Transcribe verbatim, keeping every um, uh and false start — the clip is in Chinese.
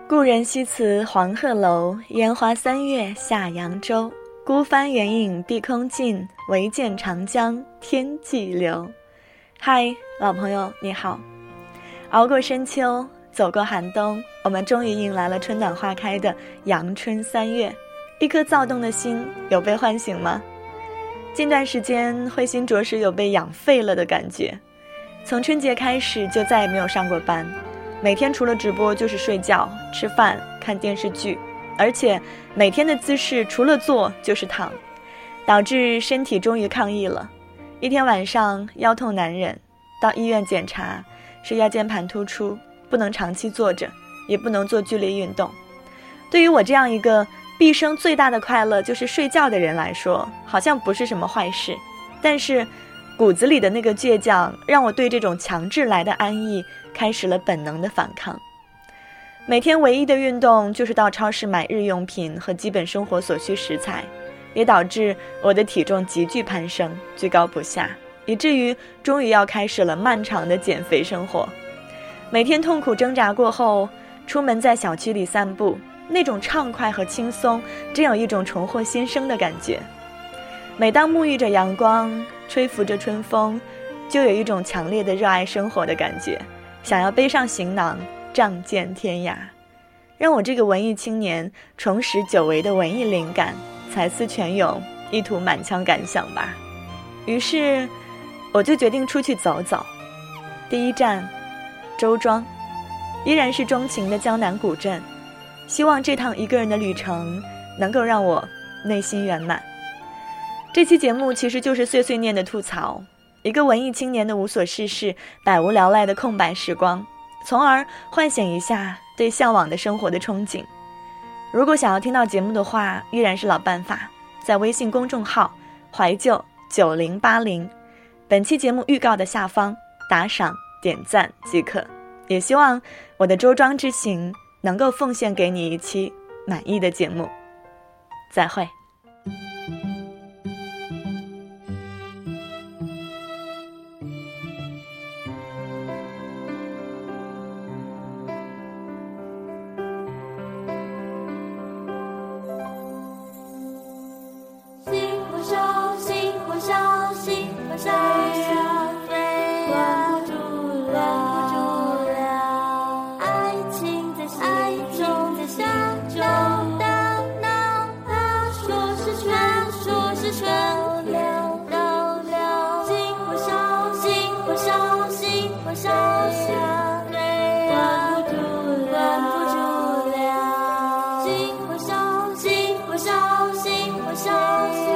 故人西辞黄鹤楼，烟花三月下扬州。孤帆远影碧空尽，唯见长江天际流。嗨，老朋友你好。熬过深秋，走过寒冬，我们终于迎来了春暖花开的阳春三月。一颗躁动的心有被唤醒吗？近段时间慧心着实有被养废了的感觉。从春节开始就再也没有上过班，每天除了直播就是睡觉、吃饭、看电视剧，而且每天的姿势除了坐就是躺，导致身体终于抗议了。一天晚上腰痛难忍，到医院检查是腰间盘突出，不能长期坐着，也不能做剧烈运动。对于我这样一个毕生最大的快乐就是睡觉的人来说，好像不是什么坏事，但是骨子里的那个倔强让我对这种强制来的安逸开始了本能的反抗。每天唯一的运动就是到超市买日用品和基本生活所需食材，也导致我的体重急剧攀升，居高不下，以至于终于要开始了漫长的减肥生活。每天痛苦挣扎过后，出门在小区里散步，那种畅快和轻松，真有一种重获新生的感觉。每当沐浴着阳光，吹拂着春风，就有一种强烈的热爱生活的感觉，想要背上行囊仗剑天涯。让我这个文艺青年重拾久违的文艺灵感，才思泉涌，一吐满腔感想吧。于是我就决定出去走走。第一站周庄，依然是钟情的江南古镇，希望这趟一个人的旅程能够让我内心圆满。这期节目其实就是碎碎念的吐槽，一个文艺青年的无所事事、百无聊赖的空白时光，从而唤醒一下对向往的生活的憧憬。如果想要听到节目的话，依然是老办法，在微信公众号怀旧九零八零本期节目预告的下方打赏点赞即可。也希望我的周庄之行能够奉献给你一期满意的节目。再会。 我